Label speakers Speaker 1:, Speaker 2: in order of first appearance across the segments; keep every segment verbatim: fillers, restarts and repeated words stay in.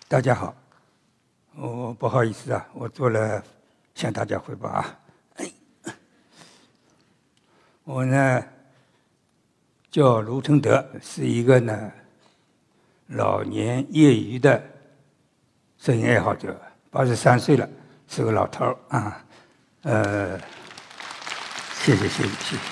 Speaker 1: 大家好，我不好意思啊，我做了向大家汇报啊。我呢叫卢承德，是一个呢老年业余的摄影爱好者，八十三岁了，是个老头儿啊。呃，谢谢谢谢谢谢。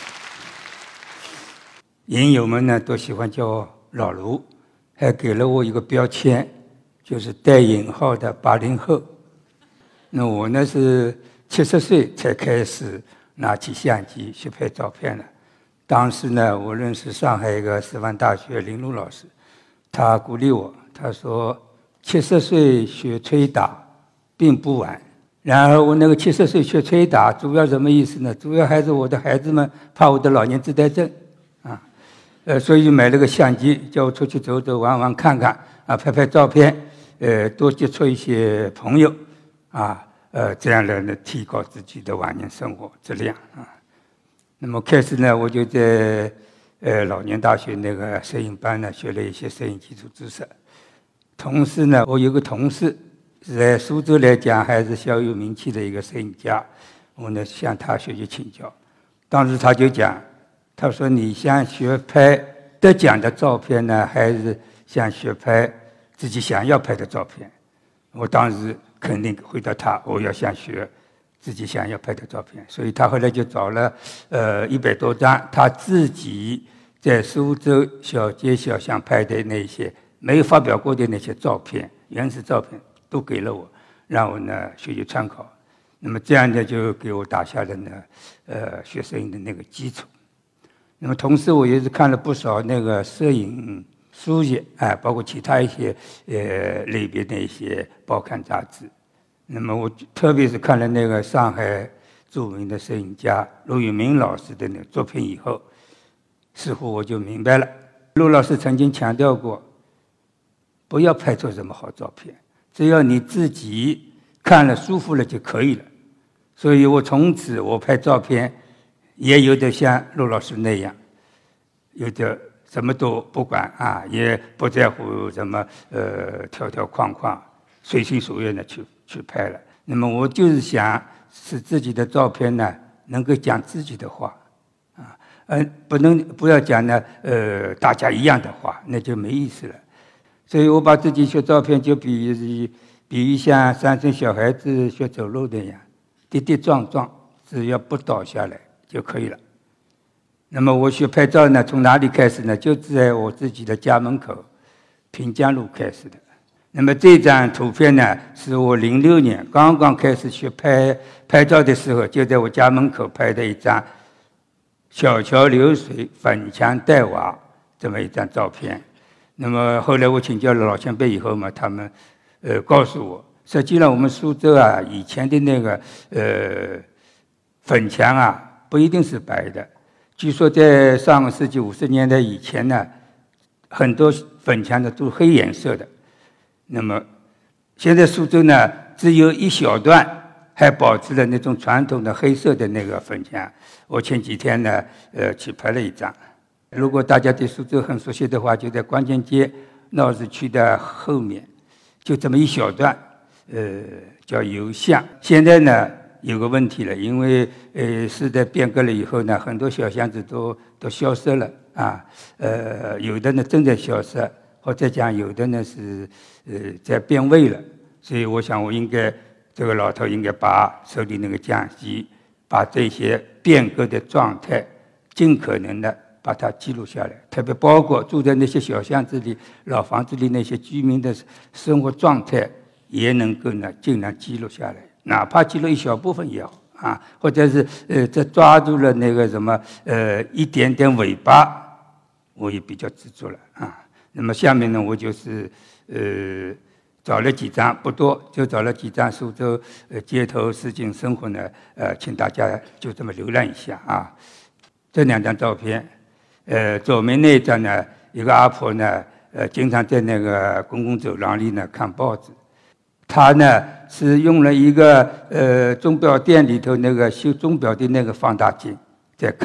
Speaker 1: 影友们呢都喜欢叫我老卢，还给了我一个标签。就是带引号的八零后。那我呢是七十岁才开始拿起相机去拍照片了。当时呢，我认识上海一个师范大学林路老师，他鼓励我，他说七十岁学吹打并不晚。然而我那个七十岁学吹打主要什么意思呢？主要还是我的孩子们怕我的老年痴呆症啊，呃，所以就买了个相机，叫我出去走走玩玩看看啊，拍拍照片。呃，多接触一些朋友，啊，呃，这样来呢提高自己的晚年生活质量啊。那么开始呢，我就在呃老年大学那个摄影班呢学了一些摄影基础知识。同时呢，我有个同事在苏州来讲还是小有名气的一个摄影家，我呢向他学习请教。当时他就讲，他说你想学拍得奖的照片呢，还是想学拍自己想要拍的照片？我当时肯定回答他，我要想学自己想要拍的照片。所以他后来就找了呃一百多张他自己在苏州小街小巷拍的那些没有发表过的那些照片，原始照片都给了我，让我呢学习参考。那么这样呢就给我打下了呢呃学摄影的那个基础。那么同时我也是看了不少那个摄影书籍，哎，包括其他一些呃类别的一些报刊杂志。那么我特别是看了那个上海著名的摄影家陆羽明老师的那个作品以后，似乎我就明白了。陆老师曾经强调过，不要拍出什么好照片，只要你自己看了舒服了就可以了。所以我从此我拍照片也有点像陆老师那样，有点什么都不管啊，也不在乎什么呃条条框框，随心所欲的去去拍了。那么我就是想使自己的照片呢能够讲自己的话啊，呃不能不要讲呢呃大家一样的话，那就没意思了。所以我把自己学照片就比喻比喻像三岁小孩子学走路那样，跌跌撞撞，只要不倒下来就可以了。那么我学拍照呢，从哪里开始呢？就在我自己的家门口平江路开始的。那么这张图片呢，是我零六年刚刚开始学拍拍照的时候，就在我家门口拍的一张小桥流水、粉墙黛瓦这么一张照片。那么后来我请教了老前辈以后嘛，他们呃告诉我，实际上我们苏州啊以前的那个呃粉墙啊不一定是白的。据说在上个世纪五十年代以前呢，很多粉墙的都是黑颜色的。那么现在苏州呢，只有一小段还保持了那种传统的黑色的那个粉墙。我前几天呢，呃，去拍了一张。如果大家对苏州很熟悉的话，就在关前街闹市区的后面，就这么一小段，呃，叫油巷。现在呢，有个问题了，因为呃时代变革了以后呢，很多小巷子都都消失了啊，呃，有的呢正在消失，或者讲有的呢是呃在变味了。所以我想，我应该这个老头应该把手里那个相机，把这些变革的状态，尽可能的把它记录下来，特别包括住在那些小巷子里、老房子里那些居民的生活状态，也能够呢尽量记录下来。哪怕记录一小部分也好啊，或者是呃，这抓住了那个什么呃一点点尾巴，我也比较知足了啊。那么下面呢，我就是呃找了几张，不多，就找了几张苏州呃街头市井生活呢，呃，请大家就这么浏览一下啊。这两张照片，呃，左面那一张呢，一个阿婆呢，呃，经常在那个公共走廊里呢看报纸。他呢是用了一个呃钟表店里头那个修钟表的那个放大镜在看，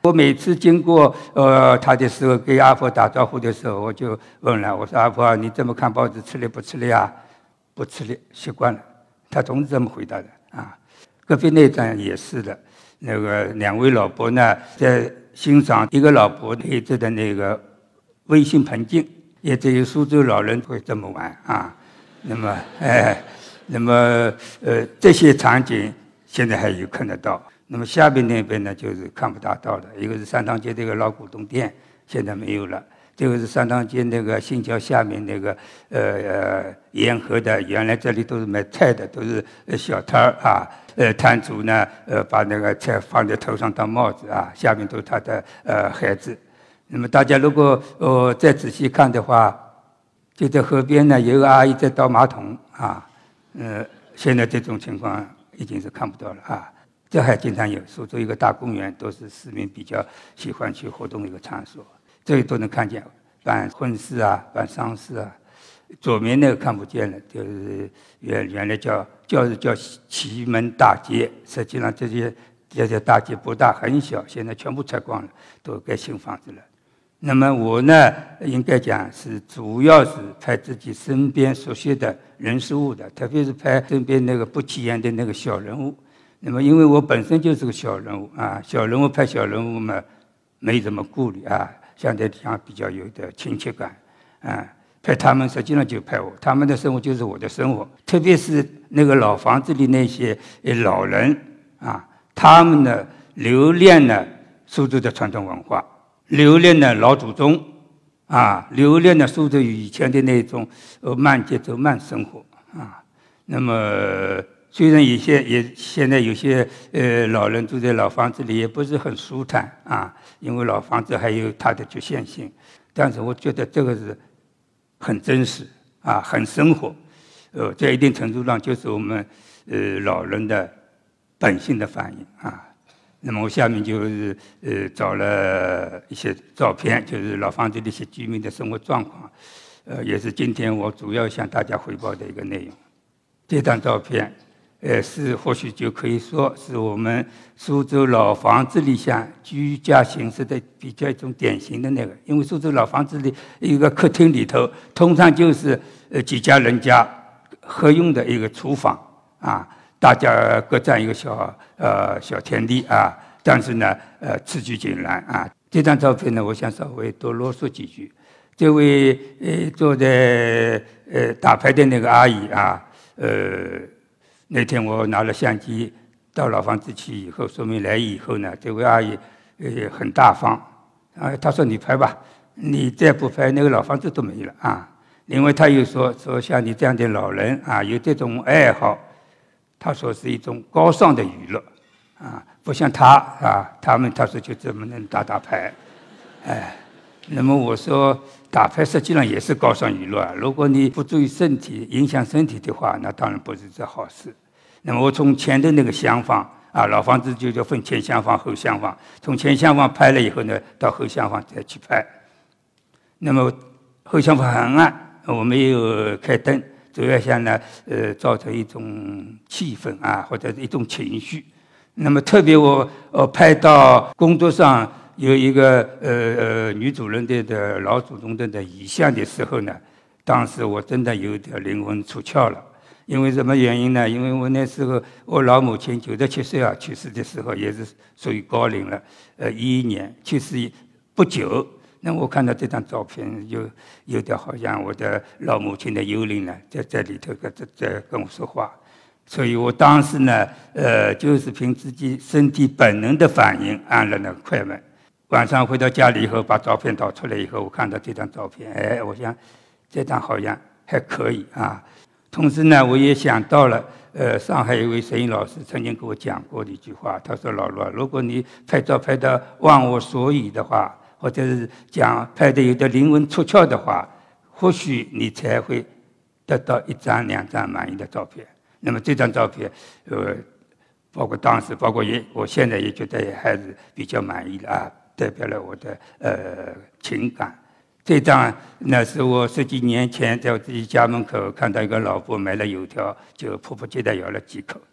Speaker 1: 我每次经过呃他的时候，给阿婆打招呼的时候，我就问了，我说阿婆，你这么看报纸吃力不吃力啊？不吃力，习惯了。他总是这么回答的啊。隔壁那站也是的，那个两位老伯呢在欣赏一个老伯配置的那个微型盆景，也只有苏州老人会这么玩啊。那么哎，那么呃这些场景现在还有看得到。那么下边那边呢，就是看不大到了。一个是三塘街这个老古董店，现在没有了。这个是三塘街那个新桥下面那个呃呃沿河的，原来这里都是卖菜的，都是小摊儿啊。呃，摊主呢，呃，把那个菜放在头上当帽子啊，下面都是他的呃孩子。那么大家如果呃再仔细看的话，就在河边呢，有个阿姨在倒马桶啊。呃，现在这种情况已经是看不到了啊。这还经常有，苏州一个大公园，都是市民比较喜欢去活动的一个场所，这里都能看见办婚事啊，办丧事啊。左面那个看不见了，就是原原来叫叫是叫祁门大街，实际上这些这些大街不大，很小，现在全部拆光了，都盖新房子了。那么我呢，应该讲是主要是拍自己身边熟悉的人事物的，特别是拍身边那个不起眼的那个小人物。那么因为我本身就是个小人物啊，小人物拍小人物嘛，没什么顾虑啊，相对讲比较有点亲切感啊。拍他们实际上就拍我，他们的生活就是我的生活，特别是那个老房子里那些老人啊，他们呢留恋了苏州的传统文化，留恋了老祖宗啊，留恋了苏州以前的那种呃慢节奏慢生活啊。那么虽然有些也现在有些呃老人住在老房子里也不是很舒坦啊，因为老房子还有它的局限性，但是我觉得这个是很真实啊，很生活，呃，在一定程度上就是我们呃老人的本性的反应啊。那么我下面就是呃找了一些照片，就是老房子的一些居民的生活状况，呃，也是今天我主要向大家汇报的一个内容。这张照片。呃，是或许就可以说是我们苏州老房子里向居家形式的比较一种典型的那个。因为苏州老房子里一个客厅里头，通常就是呃几家人家合用的一个厨房啊，大家各占一个小呃小天地啊，但是呢，呃此举井然啊。这张照片呢，我想稍微多啰嗦几句。这位呃坐在呃打牌的那个阿姨啊，呃。那天我拿了相机到老房子去以后，说明来以后呢，这位阿姨呃很大方啊，她说你拍吧，你再不拍那个老房子都没了啊。另外她又说说像你这样的老人啊，有这种爱好，她说是一种高尚的娱乐啊，不像他啊，他们他说就这么能打打牌，哎，那么我说打牌实际上也是高尚娱乐啊，如果你不注意身体，影响身体的话，那当然不是这好事。那么我从前的那个厢房啊，老房子就叫分前厢房后厢房，从前厢房拍了以后呢，到后厢房再去拍。那么后厢房很暗，我没有开灯，主要想呢呃造成一种气氛啊，或者是一种情绪。那么特别我呃拍到工作上有一个呃呃女主人的的老祖宗的的遗像的时候呢，当时我真的有点灵魂出窍了。因为什么原因呢？因为我那时候我老母亲九十七岁啊去世的时候，也是属于高龄了，呃，一一年去世不久。那我看到这张照片，就有点好像我的老母亲的幽灵呢，在在里头在在跟我说话。所以我当时呢，呃，就是凭自己身体本能的反应按了那个快门。晚上回到家里以后，把照片导出来以后，我看到这张照片，哎，我想这张好像还可以啊。同时呢，我也想到了，呃，上海一位摄影老师曾经给我讲过的一句话，他说：“老罗，如果你拍照拍得忘我所以的话，或者是讲拍得有点灵魂出窍的话，或许你才会得到一张两张满意的照片。”那么这张照片，呃，包括当时，包括也，我现在也觉得也还是比较满意的啊，代表了我的呃情感。这张那是我十几年前在我自己家门口看到一个老伯买了油条，就迫不及待咬了几口。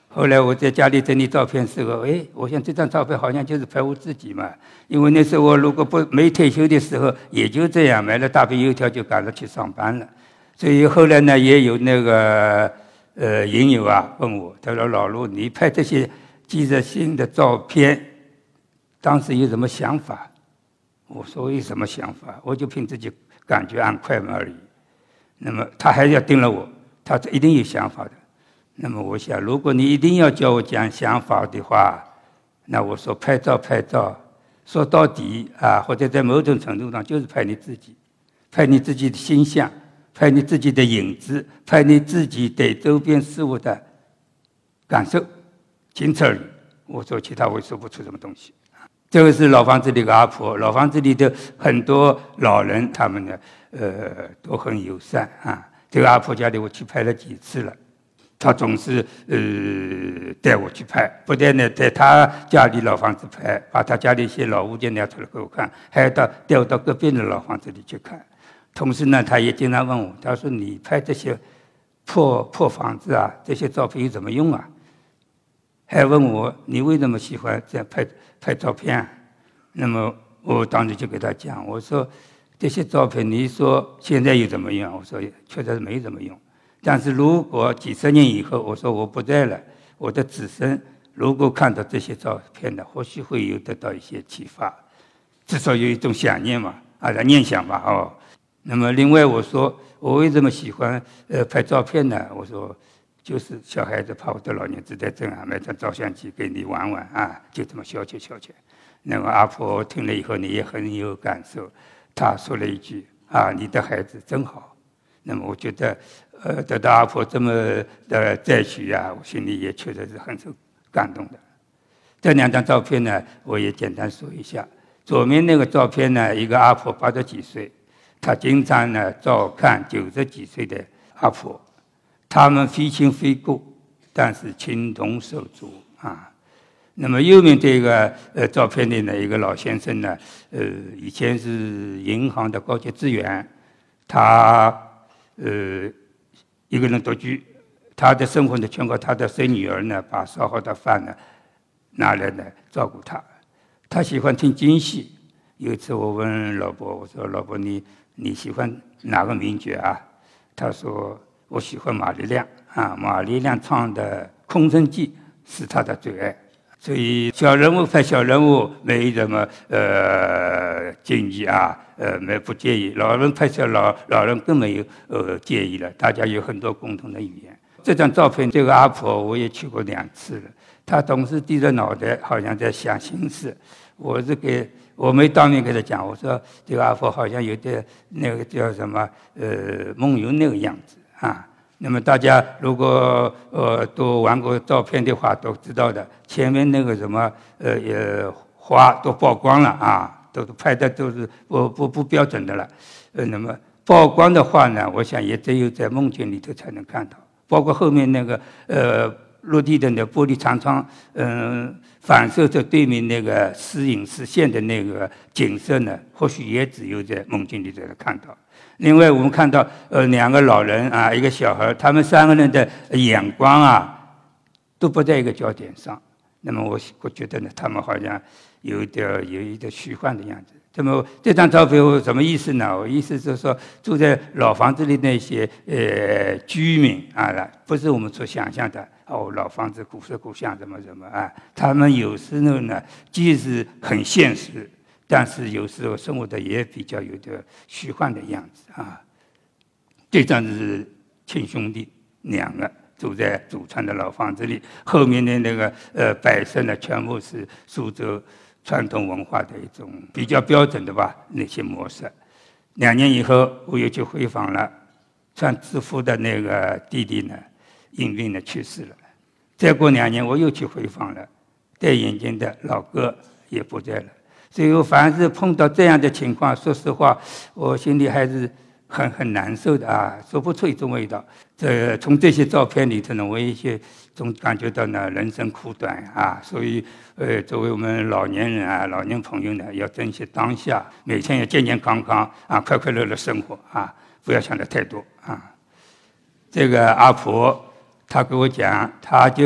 Speaker 1: 后来我在家里整理照片时候，哎，我想这张照片好像就是拍我自己嘛。因为那时候我如果不没退休的时候，也就这样买了大饼油条就赶着去上班了。所以后来呢，也有那个呃影友啊问我，他说老陆，你拍这些记者性的照片，当时有什么想法？我说有什么想法？我就凭自己感觉按快门而已。那么他还要盯了我，他一定有想法的。那么我想，如果你一定要叫我讲想法的话，那我说拍照拍照，说到底啊，或者在某种程度上就是拍你自己，拍你自己的形象，拍你自己的影子，拍你自己对周边事物的感受，仅此而已。我说其他我说不出什么东西。这个是老房子里的阿婆，老房子里的很多老人，他们呢，呃，都很友善啊。这个阿婆家里我去拍了几次了。他总是呃带我去拍，不但呢在他家里老房子拍，把他家里一些老物件拿出来给我看，还要到带我到隔壁的老房子里去看。同时呢，他也经常问我，他说：“你拍这些破破房子啊，这些照片有什么用啊？”还问我：“你为什么喜欢这样拍拍照片啊？”那么我当时就给他讲，我说：“这些照片，你说现在有什么用？”我说：“确实没什么用。”但是如果几十年以后，我说我不在了，我的子孙如果看到这些照片呢，或许会有得到一些启发，至少有一种想念嘛，啊，念想吧，哦。那么另外我说，我为什么喜欢呃拍照片呢？我说，就是小孩子怕我的老年痴呆症啊，买张照相机给你玩玩啊，就这么消遣消遣。那么阿婆听了以后呢，也很有感受，她说了一句啊，你的孩子真好。那么我觉得。呃，得到阿婆这么的赞许啊，我心里也确实是很受感动的。这两张照片呢，我也简单说一下。左面那个照片呢，一个阿婆八十几岁，她经常呢照看九十几岁的阿婆，他们非亲非故，但是情同手足啊。那么右面这个呃照片里呢，一个老先生呢，呃，以前是银行的高级职员，他呃。一个人独居，他的生活呢全靠他的孙女儿呢把烧好的饭呢拿来呢照顾他。他喜欢听京戏。有一次我问老婆，我说老婆你你喜欢哪个名角啊？他说我喜欢马丽亮啊，马丽亮唱的《空城计》是他的最爱。所以小人物拍小人物没什么呃禁忌啊，呃没不介意。老人拍小老老人更没有呃介意了，大家有很多共同的语言。这张照片，这个阿婆我也去过两次了，她总是低着脑袋，好像在想心事。我是给我没当面给她讲，我说这个阿婆好像有点那个叫什么呃梦游那个样子啊。那么大家如果呃都玩过照片的话，都知道的，前面那个什么呃呃花都曝光了啊，都拍的都是不不不标准的了。呃，那么曝光的话呢，我想也只有在梦境里头才能看到，包括后面那个呃落地的那玻璃长窗，嗯、呃，反射着对面那个时隐时现的那个景色呢，或许也只有在梦境里才能看到。另外，我们看到呃两个老人啊，一个小孩，他们三个人的眼光啊，都不在一个焦点上。那么我我觉得呢，他们好像有一点有一点虚幻的样子。那么这张照片有什么意思呢？我意思是说，住在老房子里那些呃居民啊，不是我们所想象的哦，老房子古色古香什么什么啊，他们有时候呢，既是很现实。但是有时候生活的也比较有点虚幻的样子啊。这张是亲兄弟两个住在祖传的老房子里，后面的那个呃摆设呢，全部是苏州传统文化的一种比较标准的吧那些模式。两年以后，我又去回访了，穿制服的那个弟弟呢，因病呢去世了。再过两年，我又去回访了，戴眼镜的老哥也不在了。所以我凡是碰到这样的情况，说实话，我心里还是很很难受的啊，说不出一种味道。这从这些照片里头呢，我也些总感觉到呢，人生苦短啊。所以，呃，作为我们老年人啊，老年朋友呢，要珍惜当下，每天要健健康康啊，快快乐乐生活啊，不要想得太多啊。这个阿婆，她给我讲，她就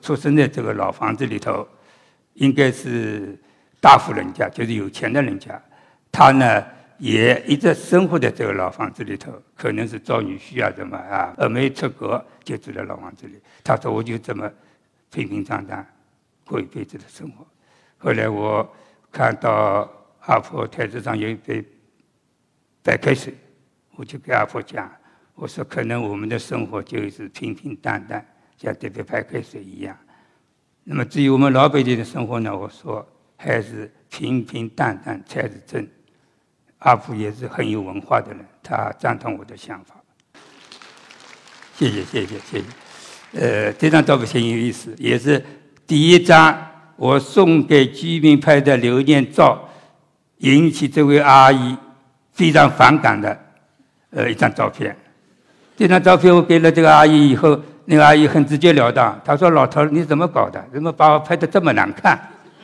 Speaker 1: 出生在这个老房子里头，应该是大户人家，就是有钱的人家。他呢也一直生活在这个老房子里头，可能是遭女婿啊什么啊，而没出国，就住在老房子里。他说我就这么平平常常过一辈子的生活。后来我看到阿婆台子上有一杯白开水，我就给阿婆讲，我说可能我们的生活就是平平淡淡，像这杯白开水一样。那么至于我们老北京的生活呢，我说还是平平淡淡才是真。阿婆也是很有文化的人，他赞同我的想法。谢谢谢谢谢谢。呃，这张照片很有意思，也是第一张我送给居民拍的留念照，引起这位阿姨非常反感的呃一张照片。这张照片我给了这个阿姨以后，那个阿姨很直截了当，她说：“老头，你怎么搞的？怎么把我拍得这么难看？”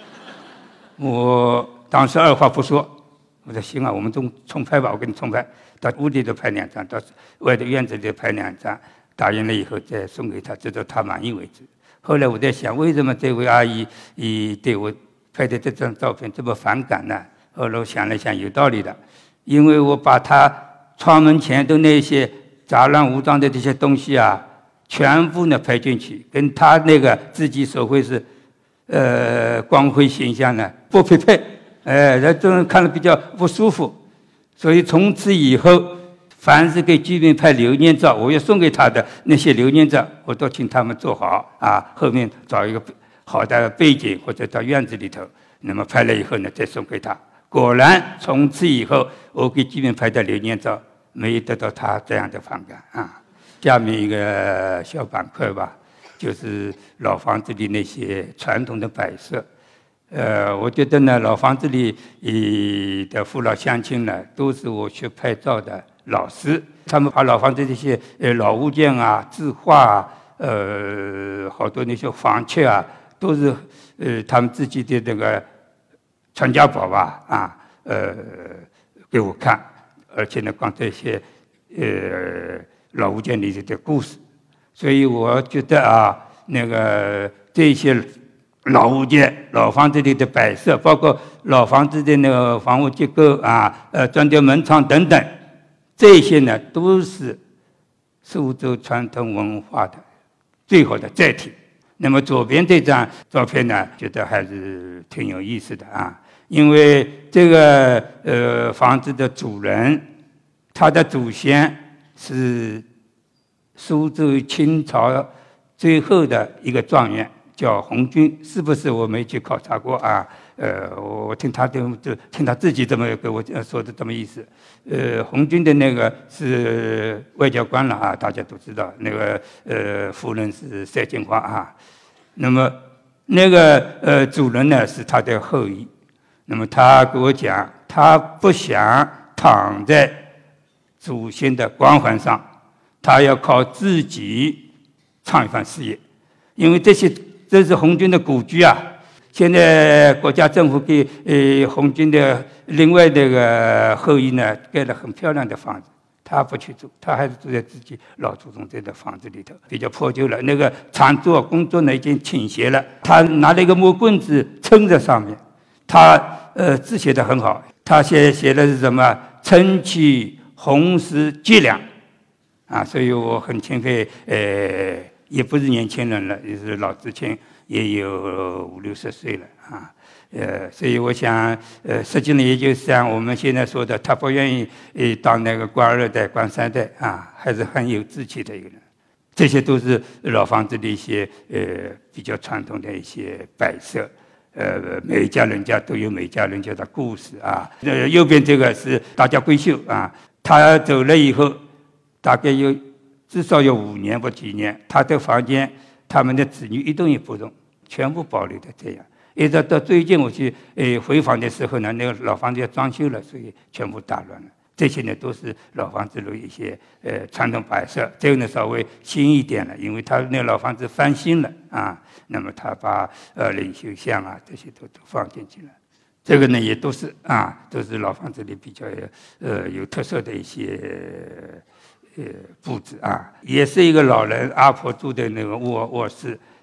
Speaker 1: 我当时二话不说，我说：“行啊，我们重重拍吧，我给你重拍，到屋里头拍两张，到外头院子里拍两张，打印了以后再送给她，直到她满意为止。”后来我在想，为什么这位阿姨以对我拍的这张照片这么反感呢？后来我想了想，有道理的，因为我把她窗门前的那些杂乱无章的这些东西啊，全部呢拍进去，跟她那个自己所谓是呃光辉形象呢不匹配，哎，让这人看了比较不舒服。所以从此以后，凡是给居民拍留念照，我要送给他的那些留念照，我都请他们做好啊，后面找一个好的背景或者到院子里头，那么拍了以后呢，再送给他。果然，从此以后，我给居民拍的留念照没得到他这样的反感啊。下面一个小板块吧，就是老房子里那些传统的摆设。呃，我觉得呢，老房子里的父老乡亲呢，都是我学拍照的老师。他们把老房子这些呃老物件啊、字画啊、呃好多那些房契啊，都是呃他们自己的那个传家宝吧啊，呃给我看，而且呢，讲这些呃老物件里的故事，所以我觉得啊，那个这些老物件、老房子里的摆设，包括老房子的那个房屋结构啊、呃砖雕门窗等等，这些呢都是苏州传统文化的最好的载体。那么左边这张照片呢，觉得还是挺有意思的啊，因为这个呃房子的主人，他的祖先是苏州清朝最后的一个状元，叫红军，是不是我没去考察过啊？呃，我听他就就听他自己这么给我说的这么意思。呃，红军的那个是外交官了啊，大家都知道，那个呃夫人是赛金花啊。那么那个呃主人呢是他的后裔。那么他给我讲，他不想躺在祖先的光环上，他要靠自己创一番事业，因为这些。这是红军的故居啊！现在国家政府给呃红军的另外那个后裔呢盖了很漂亮的房子，他不去住，他还是住在自己老祖宗这个房子里头，比较破旧了。那个长桌工作呢已经倾斜了，他拿了一个木棍子撑在上面。他呃字写得很好，他写写的是什么？撑起红石脊梁啊！所以我很钦佩呃。也不是年轻人了，也是老知青，也有五六十岁了啊。呃，所以我想，呃，实际上也就像我们现在说的，他不愿意呃当那个官二代、官三代啊，还是很有志气的一个人。这些都是老房子的一些呃比较传统的一些摆设。呃，每一家人家都有每家人家的故事啊。呃，右边这个是大家闺秀啊，他走了以后，大概有。至少有五年或几年，他的房间，他们的子女一动也不动，全部保留的这样。一直到最近我去呃回访的时候呢，那个老房子要装修了，所以全部打乱了。这些呢都是老房子的一些呃传统摆设，这个呢稍微新一点了，因为他那个老房子翻新了啊，那么他把呃领袖像啊这些都都放进去了。这个呢也都是啊，都是老房子里比较呃有特色的一些。呃，布置啊，也是一个老人阿婆住的那个卧卧室，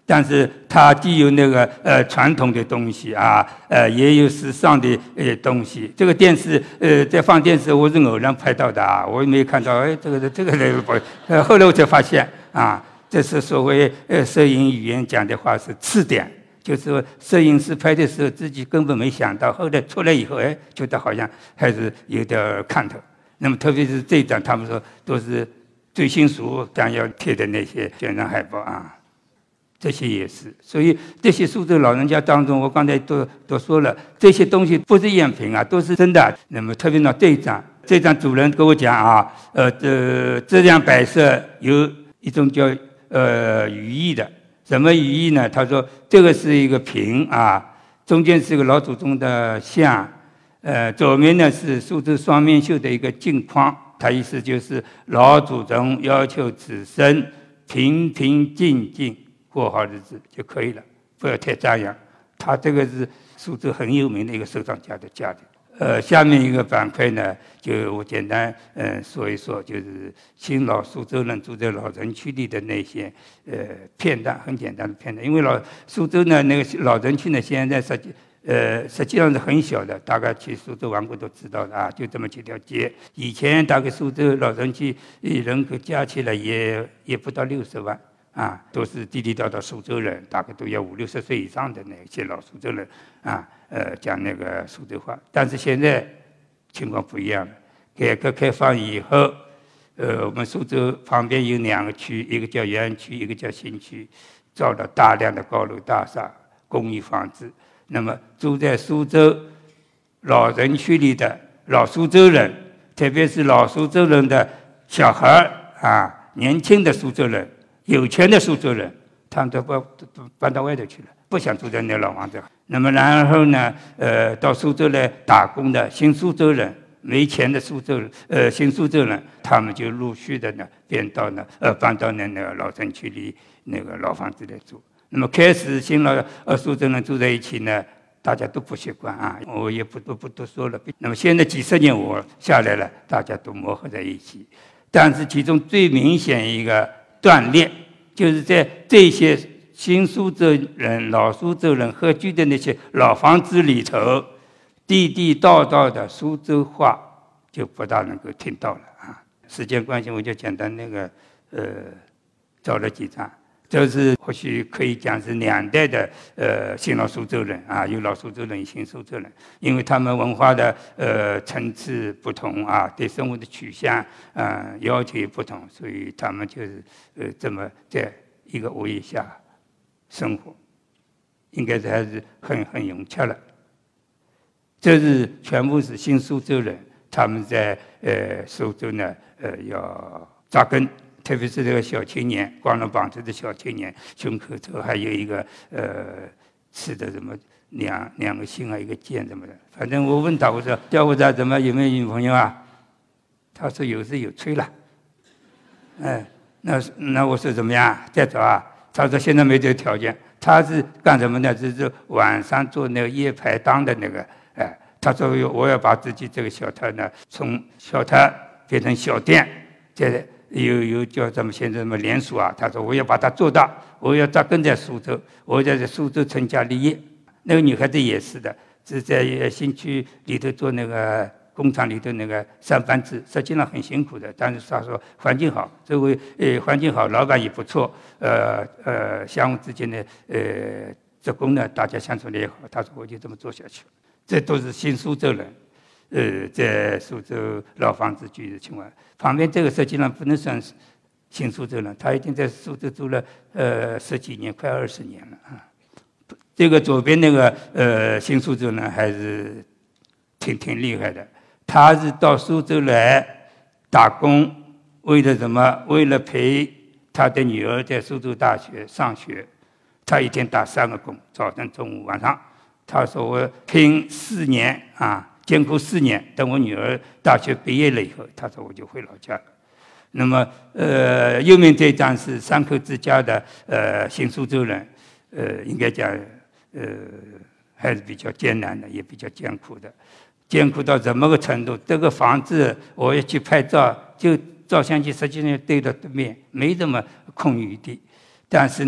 Speaker 1: 但是它既有那个呃传统的东西啊，呃也有时尚的呃东西。这个电视呃在放电视，我是偶然拍到的啊，我也没有看到，哎，这个这个不，呃后来我才发现啊，这是所谓呃摄影语言讲的话是次点，就是说摄影师拍的时候自己根本没想到，后来出来以后，哎，觉得好像还是有点看头。那么特别是这一张，他们说都是最新书将要贴的那些宣传海报啊，这些也是。所以这些苏州老人家当中，我刚才都都说了，这些东西不是赝品啊，都是真的。那么特别到这一张，这张主人跟我讲啊，呃，这这样摆设有一种叫呃寓意的，什么寓意呢？他说这个是一个瓶啊，中间是一个老祖宗的像。呃，左面呢是苏州双面绣的一个镜框，它意思就是老祖宗要求子孙平平静静过好日子就可以了，不要太张扬。他这个是苏州很有名的一个收藏家的家的。呃，下面一个板块呢，就我简单呃说一说，就是新老苏州人住在老人区里的那些呃片段，很简单的片段。因为老苏州呢那个老人区呢，现在实际。呃，实际上是很小的，大概去苏州玩过都知道的啊，就这么几条街。以前大概苏州老人区人口加起来也也不到六十万啊，都是地地道道苏州人，大概都要五六十岁以上的那些老苏州人啊，呃，讲那个苏州话。但是现在情况不一样了，改革开放以后，呃，我们苏州旁边有两个区，一个叫原区，一个叫新区，造了大量的高楼大厦、公寓房子。那么住在苏州老人区里的老苏州人，特别是老苏州人的小孩啊，年轻的苏州人，有钱的苏州人，他们都不都搬到外头去了，不想住在那老房子。那么然后呢，呃，到苏州来打工的新苏州人，没钱的苏州人，呃，新苏州人，他们就陆续的呢变到呢，呃，搬到那那个老城区里那个老房子来住。那么开始新老呃苏州人住在一起呢，大家都不习惯啊，我也不不不多说了。那么现在几十年我下来了，大家都磨合在一起。但是其中最明显一个断裂，就是在这些新苏州人、老苏州人合居的那些老房子里头，地地道道的苏州话就不大能够听到了啊。时间关系，我就简单那个呃找了几张。这是或许可以讲是两代的呃新老苏州人啊，有老苏州人，有新苏州人，因为他们文化的呃层次不同啊，对生活的取向呃要求也不同，所以他们就是呃这么在一个屋檐下生活，应该是还是很很融洽了。这是全部是新苏州人，他们在呃苏州呢呃要扎根。特别是这个小青年，光着膀子的小青年，胸口头还有一个呃刺的什么两两个星啊，一个剑什么的。反正我问他，我说叫我他怎么有没有女朋友啊？他说有是有，吹了。哎，那那我说怎么样？再找啊？他说现在没这个条件。他是干什么呢？就是晚上做那个夜排档的那个。哎，他说我要把自己这个小摊呢，从小摊变成小店，在。有有叫咱们现在什么连锁啊？他说我要把它做大，我要扎根在苏州，我要在苏州成家立业。那个女孩子也是的，是在新区里头做那个工厂里头那个上班制，实际上很辛苦的。但是他说环境好，周围呃环境好，老板也不错，呃呃相互之间的呃职工呢，大家相处的也好。他说我就这么做下去。这都是新苏州人。呃，在苏州老房子居的情况，旁边这个实际上不能算是新苏州人，他已经在苏州住了呃十几年，快二十年了啊。这个左边那个呃新苏州人还是挺挺厉害的，他是到苏州来打工，为了什么？为了陪他的女儿在苏州大学上学，他一天打三个工，早晨、中午、晚上。他说我拼四年啊。艰苦四年，等我女儿大学毕业了以后，他说我就回老家了。那么，呃，右面这张是三口之家的呃新苏州人，呃，应该讲呃还是比较艰难的，也比较艰苦的。艰苦到怎么个程度？这个房子我要去拍照，就照相机实际上对着对面，没什么空余地。但是呢，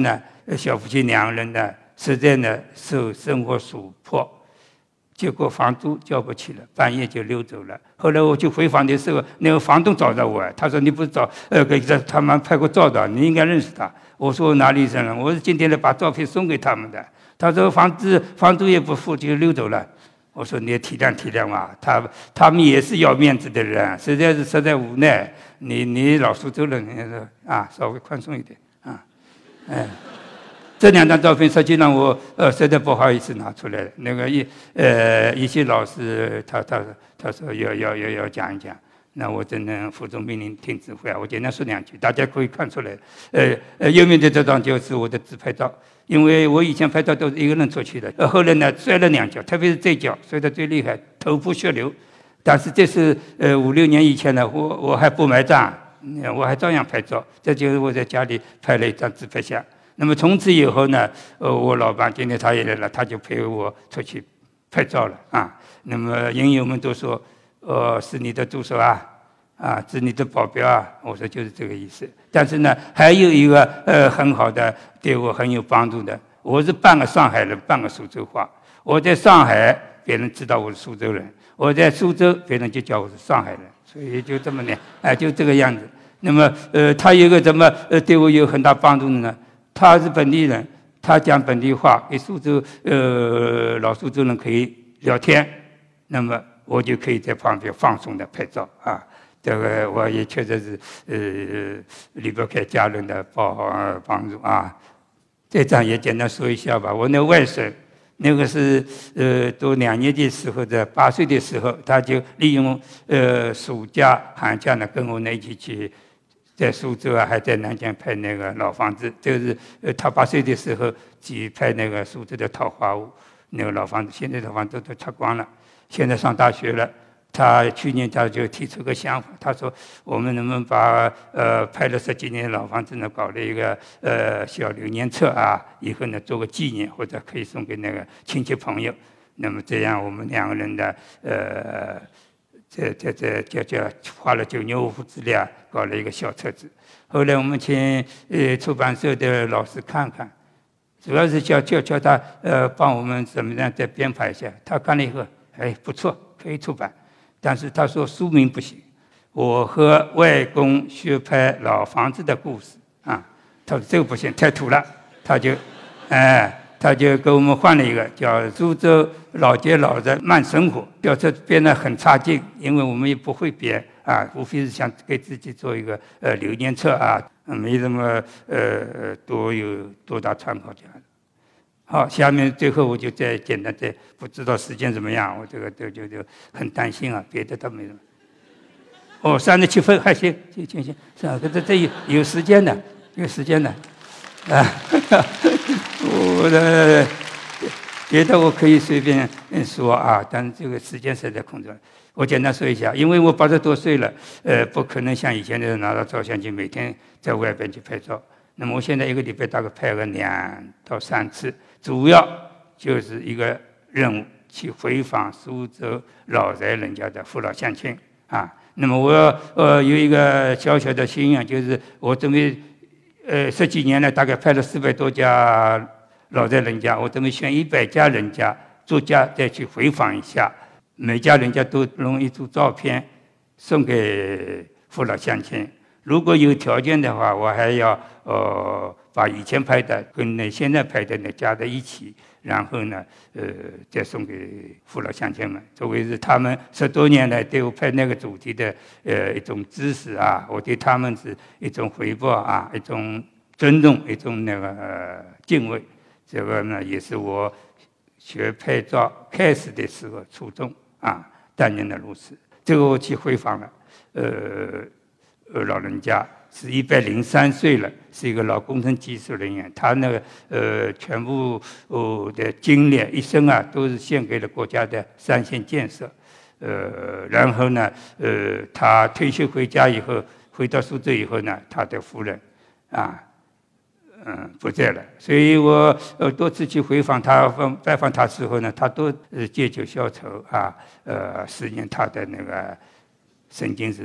Speaker 1: 小夫妻两人呢，实在呢受生活所迫，结果房租交不起了，半夜就溜走了。后来我去回访的时候，那个房东找到我，他说你不是找呃给他们拍过照的，你应该认识他。我说哪里认了？我是今天来把照片送给他们的。他说房子房租也不付就溜走了。我说你也体谅体谅嘛，他他们也是要面子的人，实在是实在无奈。你你老苏州人，你说啊，稍微宽松一点啊，哎。这两张照片实际上我呃实在不好意思拿出来。那个一呃一些老师他他他说要要要要讲一讲，那我只能服从命令听指挥啊。我简单说两句，大家可以看出来。呃呃，右面的这张就是我的自拍照，因为我以前拍照都是一个人出去的，呃后来呢摔了两跤，特别是这脚摔得最厉害，头破血流。但是这是呃五六年以前呢，我我还不买账，我还照样拍照。这就是我在家里拍了一张自拍相。那么从此以后呢，呃，我老伴今天他也来了，他就陪我出去拍照了啊。那么营友们都说，呃，是你的助手啊，啊，是你的保镖啊。我说就是这个意思。但是呢，还有一个呃很好的，对我很有帮助的，我是半个上海人，半个苏州话。我在上海，别人知道我是苏州人；我在苏州，别人就叫我是上海人。所以就这么念，哎，就这个样子。那么呃，他有个怎么呃对我有很大帮助的呢？他是本地人，他讲本地话，给苏州呃老苏州人可以聊天，那么我就可以在旁边放松的拍照啊。这个我也确实是呃离不开家人的帮帮助啊。这张也简单说一下吧。我那外甥，那个是呃读两年级时候的八岁的时候，他就利用呃暑假寒假呢，跟我呢一起去。在苏州啊，还在南京拍那个老房子，这个是呃，他八岁的时候去拍那个苏州的桃花坞那个老房子，现在的房子都拆光了。现在上大学了，他去年他就提出个想法，他说我们能不能把呃拍了十几年的老房子呢，搞了一个呃小留念册啊，以后呢做个纪念，或者可以送给那个亲戚朋友。那么这样我们两个人的呃。这这这叫叫花了九牛二虎之力啊，搞了一个小册子。后来我们请呃出版社的老师看看，主要是叫叫叫他呃帮我们怎么样再编排一下。他看了以后，哎不错，可以出版。但是他说书名不行，我和外公学拍老房子的故事啊，他说这个不行，太土了，他就哎。他就给我们换了一个叫《苏州老街老人慢生活》，表示编得很差劲，因为我们也不会编啊，无非是想给自己做一个呃留念册啊，没什么呃多有多大参考价值。好，下面最后我就再简单再，不知道时间怎么样，我这个就就就很担心啊，别的倒没什么。哦，三十七分还行，行行行，是啊，这这有有时间的，有时间的。啊，我的别的我可以随便说啊，但是这个时间实在控制了。我简单说一下，因为我八十多岁了，呃，不可能像以前的人拿到照相机每天在外边去拍照。那么我现在一个礼拜大概拍个两到三次，主要就是一个任务，去回访苏州老宅人家的父老乡亲啊。那么我呃有一个小小的心愿，就是我准备。呃，十几年来大概拍了四百多家老宅人家，我准备选一百家人家作家再去回访一下，每家人家都弄一组照片送给父老乡亲。如果有条件的话，我还要呃把以前拍的跟那现在拍的呢加在一起，然后呢呃再送给父老乡亲们，作为是他们十多年来对我拍那个主题的呃一种支持啊，我对他们是一种回报啊，一种尊重，一种那个、呃、敬畏。这个呢也是我学拍照开始的时候初衷啊，当年的如此。这个我去回访了，呃。呃，老人家是一百零三岁了，是一个老工程技术人员。他那个呃，全部哦的精力一生啊，都是献给了国家的三线建设。呃，然后呢，呃，他退休回家以后，回到苏州以后呢，他的夫人啊，嗯，不在了。所以我呃多次去回访他、拜访他时候呢，他都呃借酒消愁啊，呃，思念他的那个神经是。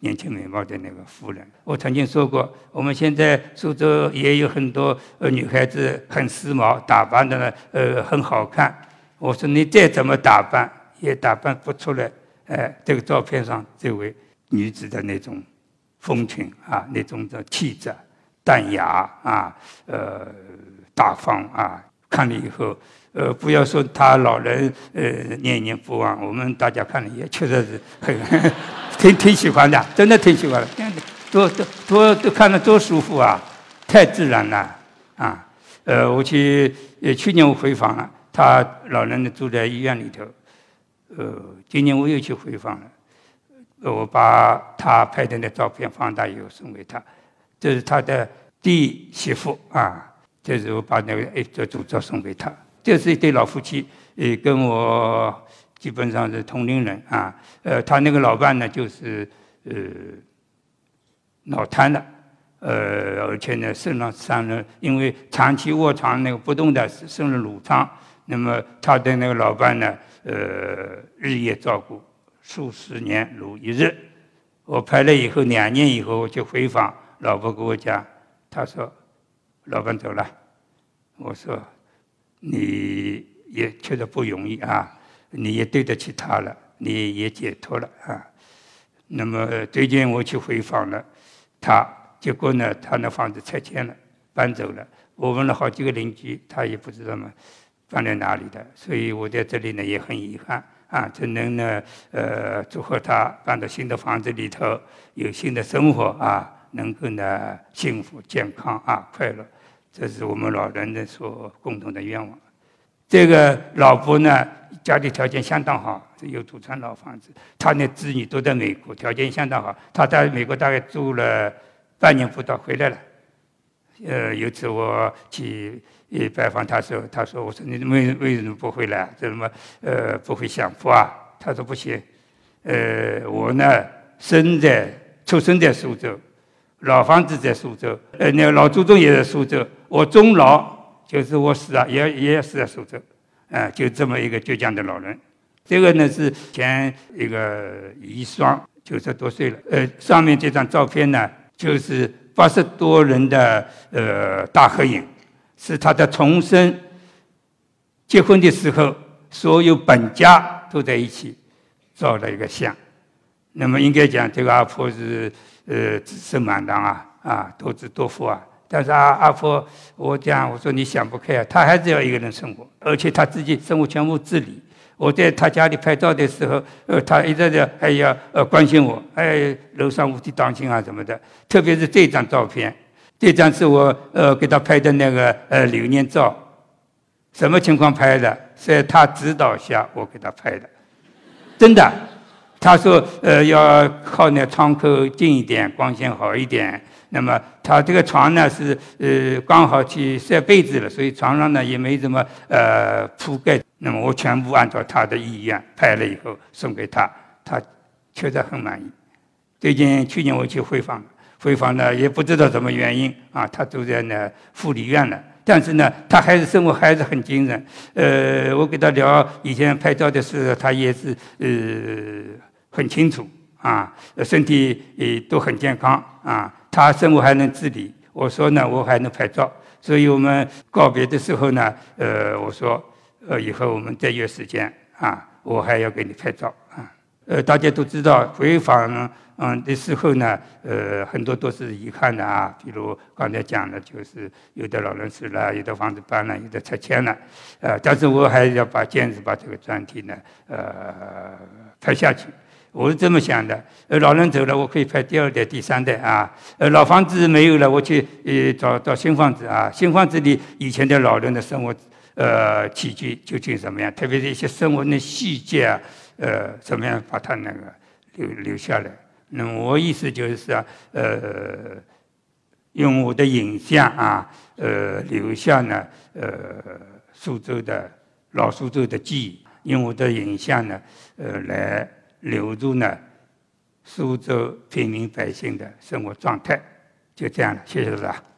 Speaker 1: 年轻美貌的那个夫人。我曾经说过，我们现在苏州也有很多呃女孩子很时髦，打扮的呢呃很好看。我说你再怎么打扮，也打扮不出来，呃，这个照片上这位女子的那种风情啊，那种的气质、淡雅啊，呃，大方啊，看了以后。呃，不要说他老人呃念念不忘，我们大家看了也确实是很挺挺喜欢的，真的挺喜欢的，多多多都看了多舒服啊，太自然了啊。呃，我去呃去年我回访了，他老人住在医院里头，呃，今年我又去回访了，呃，我把他拍的那照片放大以后送给他，这是他的弟媳妇啊，这是我把那个一这组照送给他。这是一对老夫妻，也跟我基本上是同龄人啊。呃，他那个老伴呢，就是呃脑瘫了，呃，而且呢，肾上伤了，因为长期卧床那个不动的，生了褥疮。那么他的那个老伴呢，呃，日夜照顾，数十年如一日。我拍了以后，两年以后我去回访，老婆跟我讲，她说，老伴走了。我说。你也确实不容易啊，你也对得起他了，你也解脱了啊。那么最近我去回访了他，结果呢，他那房子拆迁了，搬走了。我问了好几个邻居，他也不知道嘛，搬在哪里的。所以我在这里呢也很遗憾啊，只能呢呃祝贺他搬到新的房子里头，有新的生活啊，能够呢幸福健康啊快乐。这是我们老人的所共同的愿望。这个老婆呢，家里条件相当好，有祖传老房子。他的子女都在美国，条件相当好。他在美国大概住了半年不到，回来了。呃，有次我去拜访他的时候，他说：“我说你为为什么不回来？怎么呃不回享福啊？”他说：“不行，呃，我呢生在出生在苏州。”老房子在苏州，呃，那个老祖宗也在苏州，我终老就是我死啊，也也死在苏州，啊、呃，就这么一个倔强的老人。这个呢是前一个遗孀，九十多岁了，呃，上面这张照片呢就是八十多人的呃大合影，是他的重生。结婚的时候，所有本家都在一起照了一个相。那么应该讲，这个阿婆是。呃，子孙满堂啊，啊，多子多福啊。但是阿阿婆，我讲，我说你想不开啊，他还是要一个人生活，而且他自己生活全部自理。我在他家里拍照的时候，呃，他一直在还要呃关心我，哎，楼上无敌当心啊什么的。特别是这张照片，这张是我呃给他拍的那个呃留念照。什么情况拍的？在他指导下，我给他拍的，真的。他说：“呃，要靠那窗口近一点，光线好一点。那么他这个床呢是呃刚好去晒被子了，所以床上呢也没什么呃铺盖。那么我全部按照他的意愿拍了以后送给他，他确实很满意。最近去年我去回访，回访呢也不知道什么原因啊，他住在那护理院了。”但是呢，他还是生活还是很精神。呃，我跟他聊以前拍照的事，他也是呃很清楚啊，身体也都很健康啊，他生活还能自理。我说呢，我还能拍照，所以我们告别的时候呢，呃，我说呃以后我们再约时间啊，我还要给你拍照啊。呃，大家都知道回访呢。嗯，的时候呢，呃，很多都是遗憾的啊。比如刚才讲的，就是有的老人死了，有的房子搬了，有的拆迁了，呃，但是我还要把坚持把这个专题呢，呃，拍下去。我是这么想的，呃，老人走了，我可以拍第二代、第三代啊。呃，老房子没有了，我去呃找找新房子啊。新房子里以前的老人的生活，呃，起居究竟什么样？特别是一些生活的细节啊，呃，怎么样把它那个留留下来？那么我意思就是啊，呃，用我的影像啊，呃，留下呢，呃，苏州的老苏州的记忆，用我的影像呢，呃，来留住呢苏州平民百姓的生活状态，就这样了，谢谢大家。